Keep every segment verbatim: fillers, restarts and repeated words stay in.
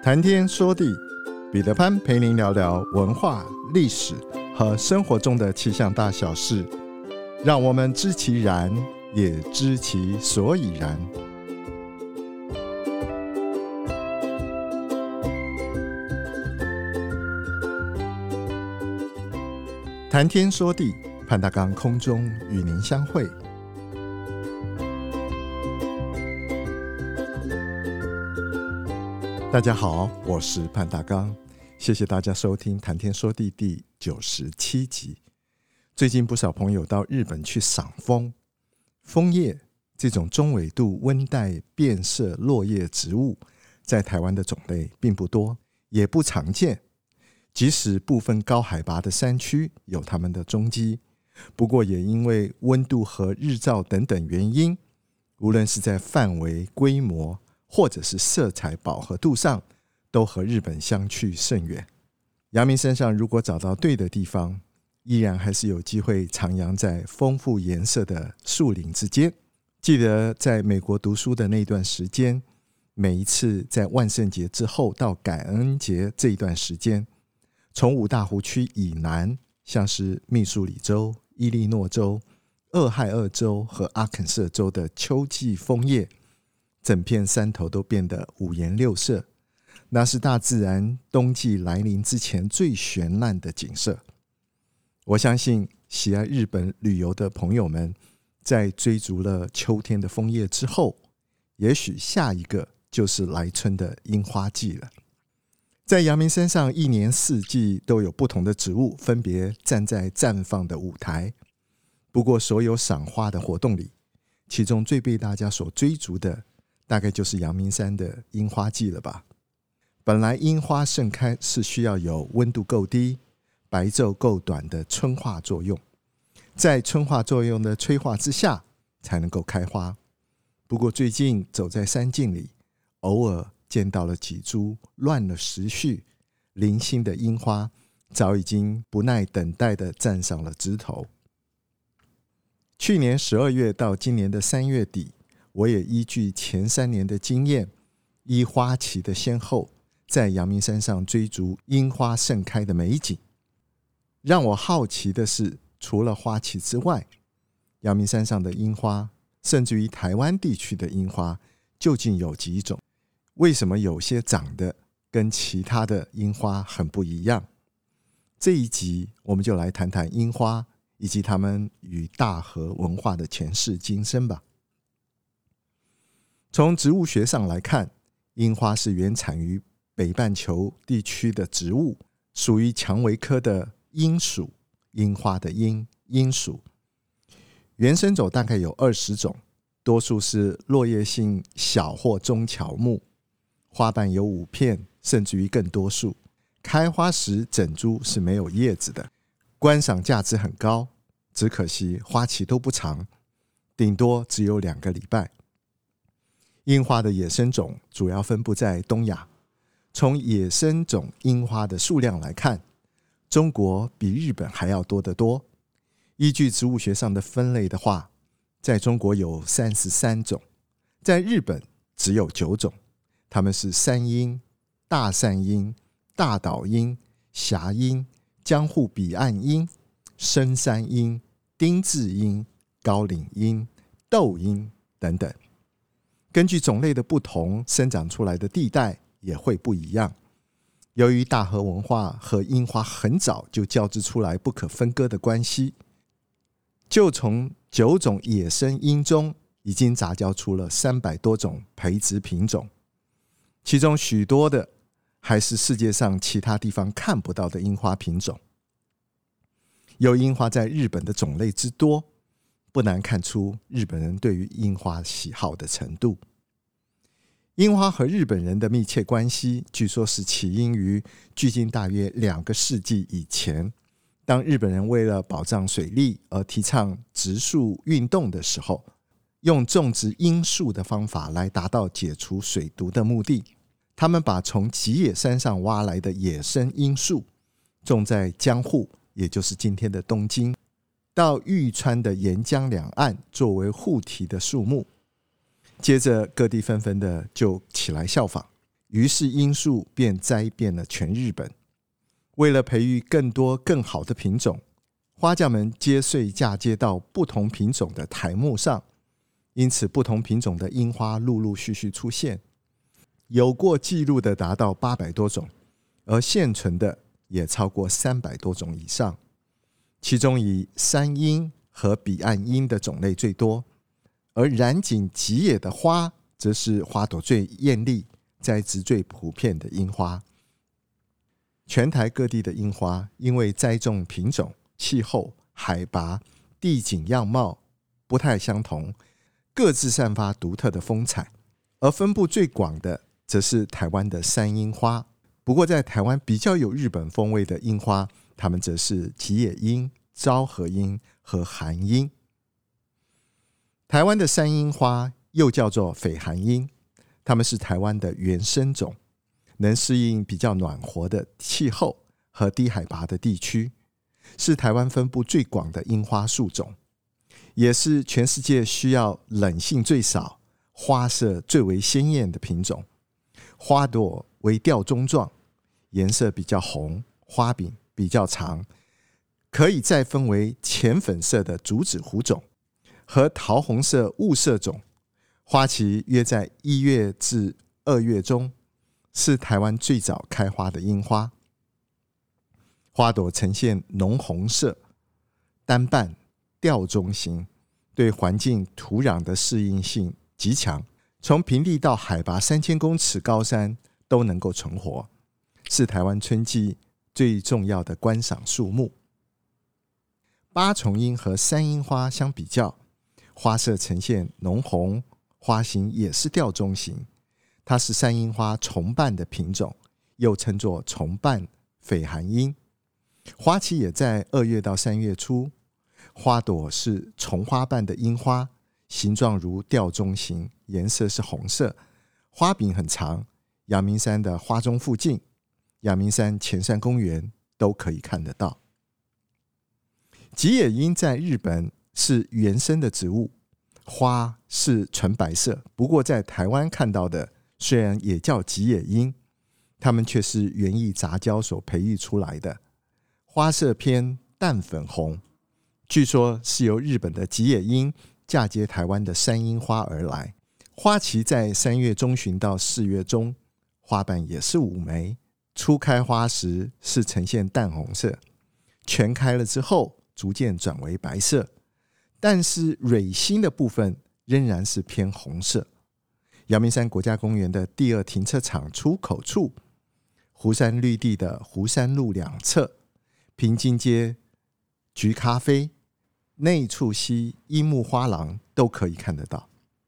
谈天说地，彼得潘陪您聊聊文化、历史和生活中的气象大小事，让我们知其然，也知其所以然。谈天说地，潘大刚空中与您相会。大家好，我是潘大刚，谢谢大家收听谈天说地第九十七集。最近不少朋友到日本去赏枫，枫叶这种中纬度温带变色落叶植物，在台湾的种类并不多，也不常见。即使部分高海拔的山区有它们的踪迹，不过也因为温度和日照等等原因，无论是在范围、规模或者是色彩饱和度上，都和日本相去甚远。阳明山上如果找到对的地方，依然还是有机会徜徉在丰富颜色的树林之间。记得在美国读书的那段时间，每一次在万圣节之后到感恩节这一段时间，从五大湖区以南，像是密苏里州、伊利诺州、俄亥俄州和阿肯色州的秋季枫叶，整片山头都变得五颜六色，那是大自然冬季来临之前最绚烂的景色。我相信喜爱日本旅游的朋友们，在追逐了秋天的枫叶之后，也许下一个就是来春的樱花季了。在阳明山上，一年四季都有不同的植物分别站在绽放的舞台。不过所有赏花的活动里，其中最被大家所追逐的大概就是阳明山的樱花季了吧。本来樱花盛开是需要有温度够低、白昼够短的春化作用，在春化作用的催化之下才能够开花。不过最近走在山径里，偶尔见到了几株乱了时序、零星的樱花，早已经不耐等待地站上了枝头。去年十二月到今年的三月底，我也依据前三年的经验，依花期的先后，在阳明山上追逐樱花盛开的美景。让我好奇的是，除了花期之外，阳明山上的樱花，甚至于台湾地区的樱花，究竟有几种？为什么有些长得跟其他的樱花很不一样？这一集我们就来谈谈樱花以及它们与大和文化的前世今生吧。从植物学上来看，樱花是原产于北半球地区的植物，属于蔷薇科的樱属，樱花的樱，樱属。原生种大概有二十种，多数是落叶性小或中乔木，花瓣有五片甚至于更多数，开花时整株是没有叶子的，观赏价值很高，只可惜花期都不长，顶多只有两个礼拜。樱花的野生种主要分布在东亚，从野生种樱花的数量来看，中国比日本还要多得多。依据植物学上的分类的话，在中国有三十三种，在日本只有九种，它们是山樱、大山樱、大岛樱、霞樱、江户彼岸樱、深山樱、丁字樱、高岭樱、豆樱等等。根据种类的不同，生长出来的地带也会不一样。由于大和文化和樱花很早就交织出来不可分割的关系，就从九种野生樱中已经杂交出了三百多种培植品种，其中许多的还是世界上其他地方看不到的樱花品种。有樱花在日本的种类之多，不难看出日本人对于樱花喜好的程度。樱花和日本人的密切关系，据说是起因于距今大约两个世纪以前，当日本人为了保障水利而提倡植树运动的时候，用种植樱树的方法来达到解除水毒的目的。他们把从吉野山上挖来的野生樱树种在江户，也就是今天的东京，到玉川的沿江两岸作为护体的树木。接着各地纷纷的就起来效仿， 于是樱树便栽遍了全日本。为了培育更多更好的品种，花匠们接穗嫁接到不同品种的台木上，因此不同品种的樱花陆陆续续出现，有过记录的达到八百多种，而现存的也超过三百多种以上。其中以山樱和彼岸樱的种类最多，而染井吉野的花则是花朵最艳丽、栽植最普遍的樱花。全台各地的樱花因为栽种品种、气候、海拔、地景样貌不太相同，各自散发独特的风采，而分布最广的则是台湾的山樱花。不过在台湾比较有日本风味的樱花，它们则是吉野樱、昭和樱和寒樱。台湾的山樱花又叫做绯寒樱，它们是台湾的原生种，能适应比较暖和的气候和低海拔的地区，是台湾分布最广的樱花树种，也是全世界需要冷性最少、花色最为鲜艳的品种。花朵为吊钟状，颜色比较红，花柄比较长，可以再分为浅粉色的竹子湖种和桃红色雾色种。花期约在一月至二月中，是台湾最早开花的樱花。花朵呈现浓红色，单瓣吊钟形，对环境土壤的适应性极强，从平地到海拔三千公尺高山都能够存活，是台湾春季最重要的观赏树木。八重樱和山樱花相比较，花色呈现浓红，花型也是吊钟形，它是山樱花重瓣的品种，又称作重瓣绯寒樱。花期也在二月到三月初，花朵是重花瓣的樱花，形状如吊钟形，颜色是红色，花柄很长。阳明山的花钟附近、阳明山前山公园都可以看得到。吉野樱在日本是原生的植物，花是纯白色，不过在台湾看到的虽然也叫吉野樱，它们却是园艺杂交所培育出来的，花色偏淡粉红，据说是由日本的吉野樱嫁接台湾的山樱花而来。花期在三月中旬到四月中，花瓣也是五枚，初开花时是呈现淡红色，全开了之后逐渐转为白色，但是蕊心的部分仍然是偏红色。阳明山国家公园的第二停车场出口处、湖山绿地的湖山路两侧、平津街橘咖啡、内处溪樱木花廊都可以看得到。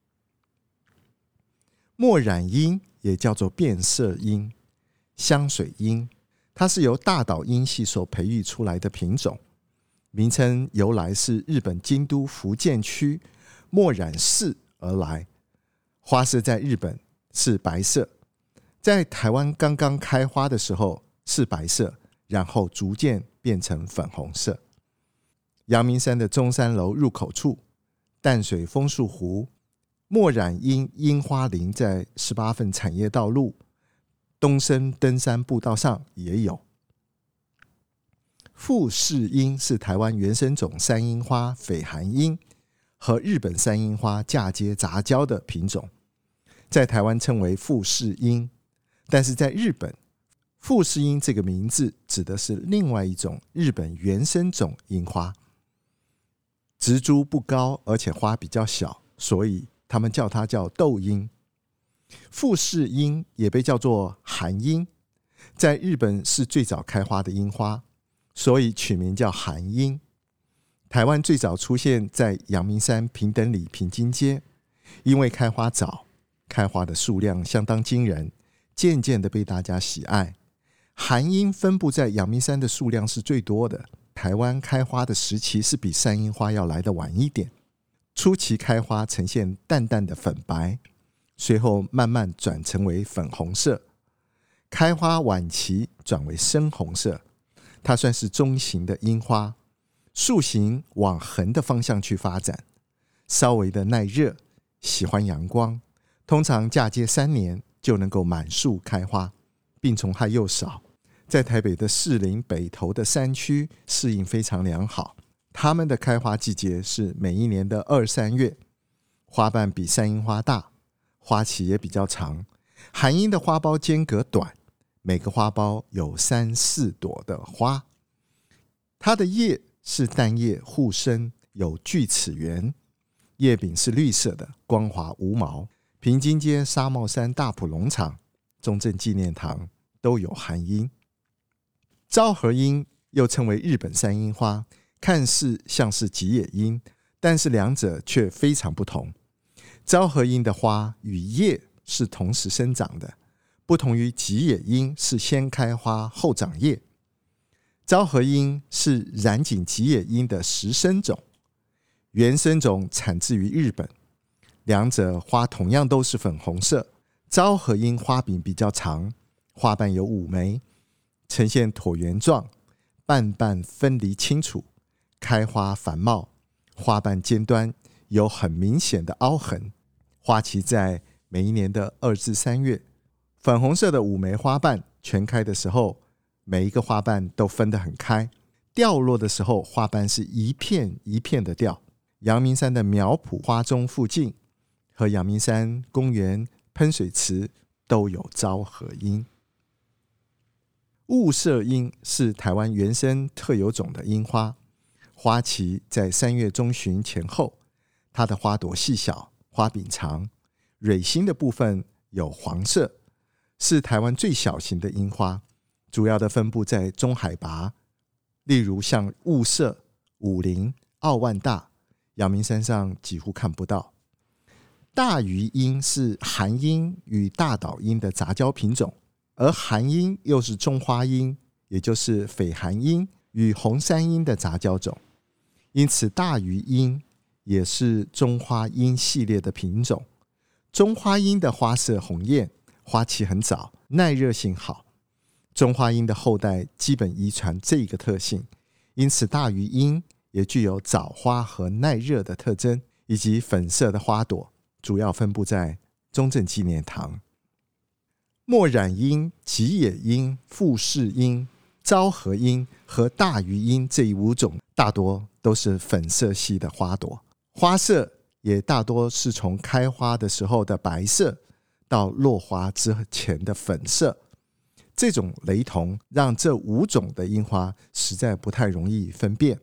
墨染樱也叫做变色樱、香水樱，它是由大岛樱系所培育出来的品种，名称由来是日本京都伏见区墨染市而来。花色在日本是白色，在台湾刚刚开花的时候是白色，然后逐渐变成粉红色。阳明山的中山楼入口处、淡水枫树湖、墨染樱樱花林在十八份产业道路、东升登山步道上也有。富士樱是台湾原生种山樱花绯寒樱和日本山樱花嫁接杂交的品种，在台湾称为富士樱，但是在日本，富士樱这个名字指的是另外一种日本原生种樱花，植株不高，而且花比较小，所以他们叫它叫豆樱。富士樱也被叫做寒樱，在日本是最早开花的樱花，所以取名叫寒樱。台湾最早出现在阳明山平等里平津街，因为开花早，开花的数量相当惊人，渐渐的被大家喜爱。寒樱分布在阳明山的数量是最多的，台湾开花的时期是比山樱花要来的晚一点，初期开花呈现淡淡的粉白，随后慢慢转成为粉红色，开花晚期转为深红色。它算是中型的樱花，树形往横的方向去发展，稍微的耐热，喜欢阳光，通常嫁接三年就能够满树开花，病虫害又少，在台北的士林北投的山区适应非常良好。它们的开花季节是每一年的二三月，花瓣比山樱花大，花期也比较长。寒樱的花苞间隔短，每个花苞有三四朵的花。它的叶是单叶互生，有锯齿缘，叶柄是绿色的，光滑无毛。平津街、纱帽山大埔农场、中正纪念堂都有寒樱。昭和樱又称为日本山樱花，看似像是吉野樱，但是两者却非常不同。昭和樱的花与叶是同时生长的，不同于吉野樱是先开花后长叶。昭和樱是染井吉野樱的实生种，原生种产自于日本，两者花同样都是粉红色。昭和樱花柄比较长，花瓣有五枚，呈现椭圆状，瓣瓣分离清楚，开花繁茂，花瓣尖端有很明显的凹痕，花期在每一年的二至三月。粉红色的五枚花瓣全开的时候，每一个花瓣都分得很开，掉落的时候花瓣是一片一片的掉。阳明山的苗圃花中附近和阳明山公园喷水池都有昭和樱。雾社樱是台湾原生特有种的樱花，花期在三月中旬前后，它的花朵细小，花柄长，蕊心的部分有黄色，是台湾最小型的樱花，主要的分布在中海拔，例如像雾社、武陵、奥万大、阳明山上几乎看不到。大鱼樱是寒樱与大岛樱的杂交品种，而寒樱又是中花樱，也就是绯寒樱与红山樱的杂交种，因此大鱼樱也是中花樱系列的品种。中花樱的花色红艳，花期很早，耐热性好。中花樱的后代基本遗传这个特性，因此大鱼樱也具有早花和耐热的特征，以及粉色的花朵，主要分布在中正纪念堂。墨染樱、吉野樱、富士樱、昭和樱和大鱼樱这一五种大多都是粉色系的花朵，花色也大多是从开花的时候的白色到落花之前的粉色。这种雷同让这五种的樱花实在不太容易分辨。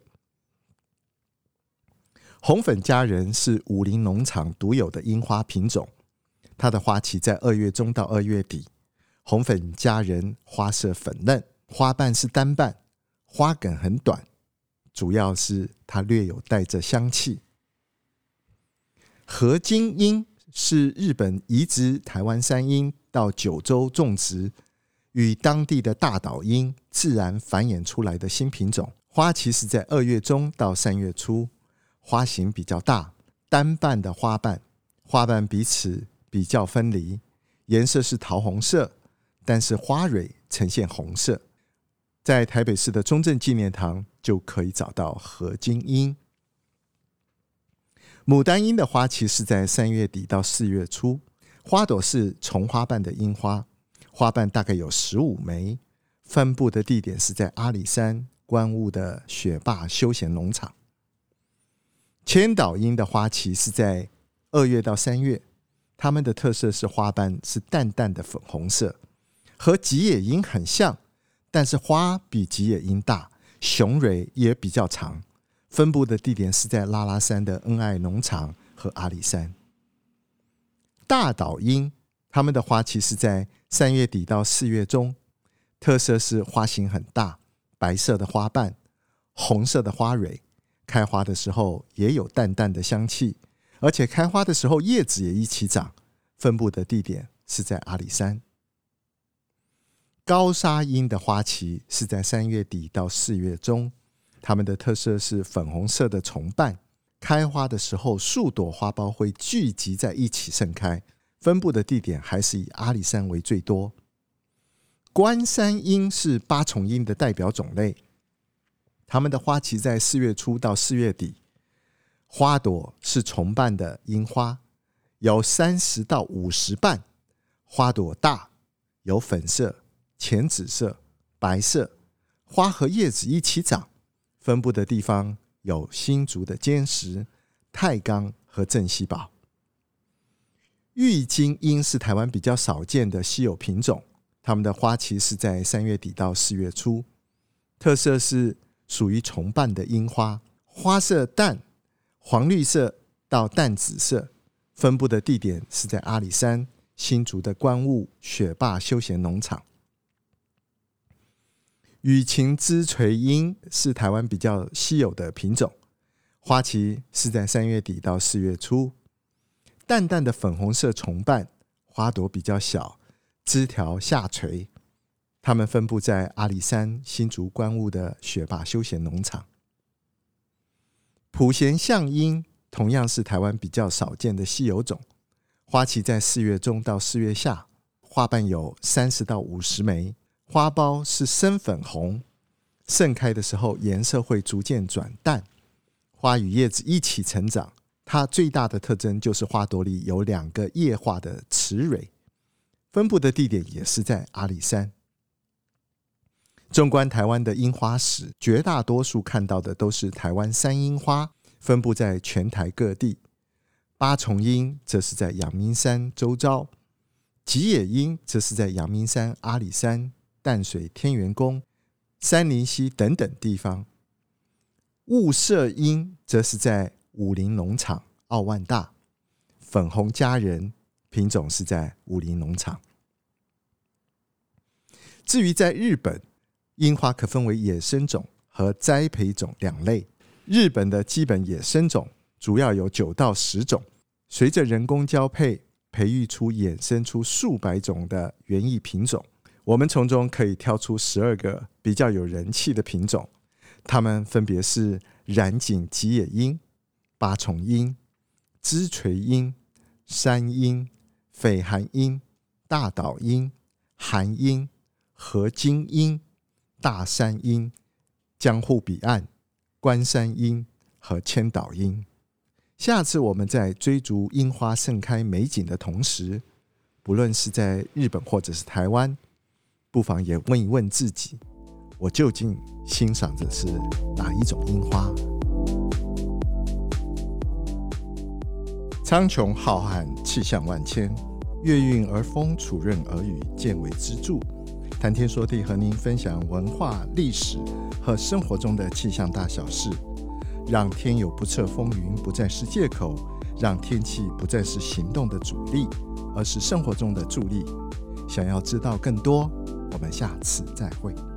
红粉佳人是武陵农场独有的樱花品种，它的花期在二月中到二月底。红粉佳人花色粉嫩，花瓣是单瓣，花梗很短，主要是它略有带着香气。河津樱是日本移植台湾山樱到九州种植，与当地的大岛樱自然繁衍出来的新品种，花期是在二月中到三月初，花型比较大，单瓣的花瓣，花瓣彼此比较分离，颜色是桃红色，但是花蕊呈现红色。在台北市的中正纪念堂就可以找到河津樱。牡丹樱的花期是在三月底到四月初，花朵是重花瓣的樱花，花瓣大概有十五枚，分布的地点是在阿里山观雾的雪霸休闲农场。千岛樱的花期是在二月到三月，它们的特色是花瓣是淡淡的粉红色，和吉野樱很像，但是花比吉野樱大，雄蕊也比较长，分布的地点是在拉拉山的恩爱农场和阿里山。大岛樱它们的花期是在三月底到四月中，特色是花型很大，白色的花瓣，红色的花蕊，开花的时候也有淡淡的香气，而且开花的时候叶子也一起长，分布的地点是在阿里山。高沙樱的花期是在三月底到四月中，它们的特色是粉红色的重瓣，开花的时候数朵花苞会聚集在一起盛开，分布的地点还是以阿里山为最多。关山樱是八重樱的代表种类，它们的花期在四月初到四月底，花朵是重瓣的樱花，有三十到五十瓣， 花朵大，有粉色、浅紫色、白色，花和叶子一起长。分布的地方有新竹的尖石、太钢和镇西堡。郁金樱是台湾比较少见的稀有品种，它们的花期是在三月底到四月初，特色是属于重瓣的樱花，花色淡黄绿色到淡紫色，分布的地点是在阿里山、新竹的观雾雪霸休闲农场。雨晴枝垂樱是台湾比较稀有的品种，花期是在三月底到四月初，淡淡的粉红色重瓣，花朵比较小，枝条下垂。它们分布在阿里山、新竹观雾的雪霸休闲农场。普贤象樱同样是台湾比较少见的稀有种，花期在四月中到四月下，花瓣有三十到五十枚，花苞是深粉红，盛开的时候颜色会逐渐转淡，花与叶子一起成长。它最大的特征就是花朵里有两个液化的雌蕊，分布的地点也是在阿里山。纵观台湾的樱花史，绝大多数看到的都是台湾山樱花，分布在全台各地。八重樱则是在阳明山周遭，吉野樱则是在阳明山、阿里山、淡水天元宫、杉林溪等等地方。雾社樱则是在武林农场、奥万大。粉红佳人品种是在武林农场。至于在日本，樱花可分为野生种和栽培种两类。日本的基本野生种主要有九到十种，随着人工交配，培育出衍生出数百种的园艺品种。我们从中可以挑出十二个比较有人气的品种，它们分别是染井吉野樱、八重樱、枝垂樱、山樱、绯寒樱、大岛樱、寒樱、河津樱、大山樱、江户彼岸、关山樱和千岛樱。下次我们在追逐樱花盛开美景的同时，不论是在日本或者是台湾，不妨也问一问自己，我究竟欣赏的是哪一种樱花？苍穹浩瀚，气象万千，月运而风，楚润而雨，见微知著。谈天说地，和您分享文化、历史和生活中的气象大小事，让天有不测风云不再是借口，让天气不再是行动的阻力，而是生活中的助力。想要知道更多，我们下次再会。